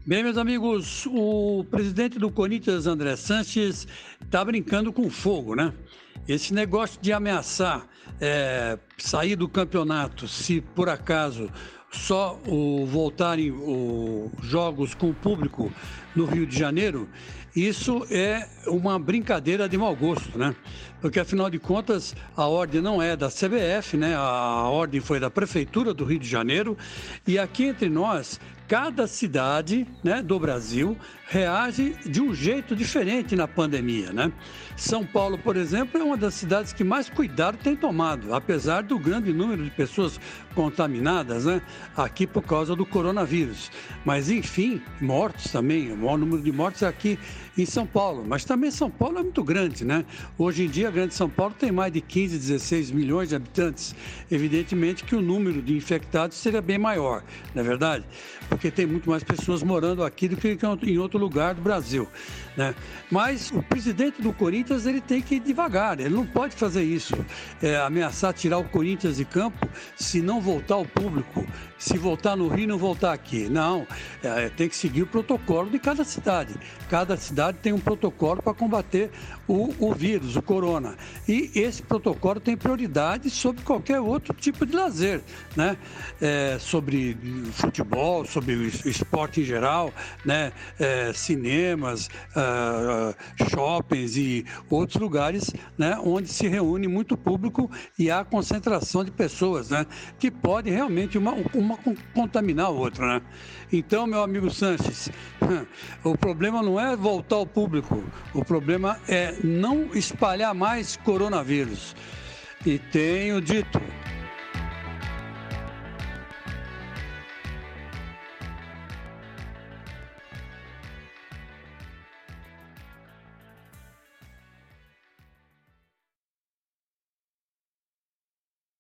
Bem, meus amigos, o presidente do Corinthians, André Sanches, está brincando com fogo, né? Esse negócio de ameaçar sair do campeonato se por acaso só voltarem os jogos com o público no Rio de Janeiro, isso é uma brincadeira de mau gosto, né? Porque, afinal de contas, a ordem não é da CBF, né? A ordem foi da Prefeitura do Rio de Janeiro. E aqui entre nós, cada cidade, né, do Brasil reage de um jeito diferente na pandemia, né? São Paulo, por exemplo, é uma das cidades que mais cuidado tem tomado, apesar do grande número de pessoas contaminadas, né, aqui por causa do coronavírus. Mas, enfim, mortos também, o maior número de mortos é aqui em São Paulo. Mas também São Paulo é muito grande, né? Hoje em dia, a Grande São Paulo tem mais de 15, 16 milhões de habitantes. Evidentemente que o número de infectados seria bem maior, não é verdade? Porque tem muito mais pessoas morando aqui do que em outro lugar do Brasil, né? Mas o presidente do Corinthians, ele tem que ir devagar, ele não pode fazer isso, ameaçar tirar o Corinthians de campo se não voltar o público, se voltar no Rio e não voltar aqui. Não, tem que seguir o protocolo de cada cidade. Cada cidade tem um protocolo para combater o vírus, o corona. E esse protocolo tem prioridade sobre qualquer outro tipo de lazer, né? Sobre futebol, sobre o esporte em geral, né? Cinemas, shoppings e outros lugares, né? Onde se reúne muito público e há concentração de pessoas, né? Que pode realmente uma contaminar a outra, né? Então, meu amigo Sanches, o problema não é voltar ao público, o problema é não espalhar mais coronavírus. E tenho dito,